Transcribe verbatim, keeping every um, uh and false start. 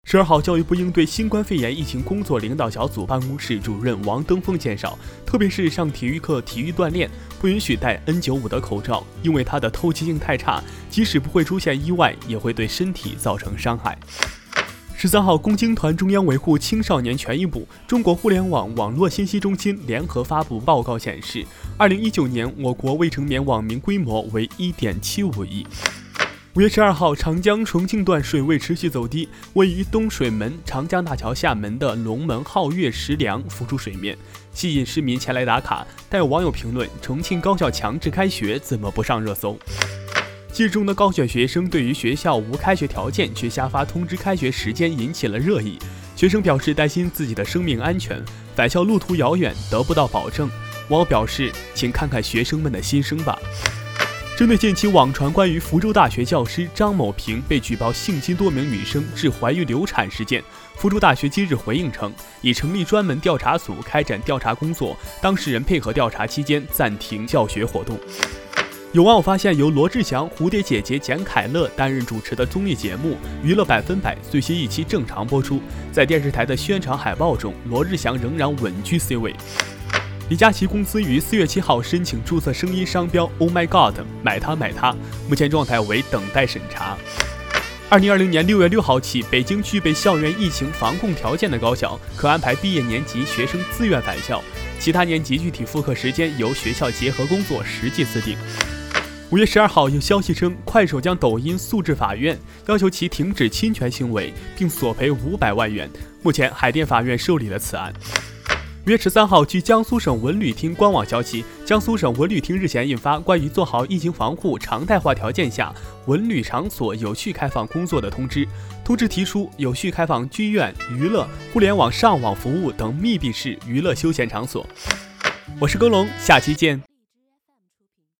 十二号，教育部应对新冠肺炎疫情工作领导小组办公室主任王登峰介绍，特别是上体育课、体育锻炼，不允许戴 N 九十五 的口罩，因为它的透气性太差，即使不会出现意外，也会对身体造成伤害。十三号，共青团中央维护青少年权益部、中国互联网网络信息中心联合发布报告显示，二零一九年我国未成年网民规模为 一点七五亿。五月十二号，长江重庆段水位持续走低，位于东水门长江大桥下门的龙门皓月石梁浮出水面，吸引市民前来打卡。但有网友评论：重庆高校强制开学，怎么不上热搜？记者中的高选学生对于学校无开学条件却瞎发通知开学时间引起了热议。学生表示担心自己的生命安全，返校路途遥远，得不到保证。网友表示：请看看学生们的心声吧。针对近期网传关于福州大学教师张某平被举报性侵多名女生致怀孕流产事件，福州大学今日回应称，已成立专门调查组开展调查工作，当事人配合调查期间暂停教学活动。有网友发现，由罗志祥、蝴蝶姐姐简凯乐担任主持的综艺节目《娱乐百分百》最新一期正常播出，在电视台的宣传海报中，罗志祥仍然稳居 C 位。李佳琦公司于四月七号申请注册声音商标 Oh My God 买它买它，目前状态为等待审查。二零二零年六月六号起，北京具备校园疫情防控条件的高校可安排毕业年级学生自愿返校，其他年级具体复课时间由学校结合工作实际自定。五月十二号，有消息称，快手将抖音诉至法院，要求其停止侵权行为，并索赔五百万元。目前，海淀法院受理了此案。五月十三号，据江苏省文旅厅官网消息，江苏省文旅厅日前印发关于做好疫情防护常态化条件下文旅场所有序开放工作的通知。通知提出，有序开放剧院、娱乐、互联网上网服务等密闭式娱乐休闲场所。我是耕龙，下期见。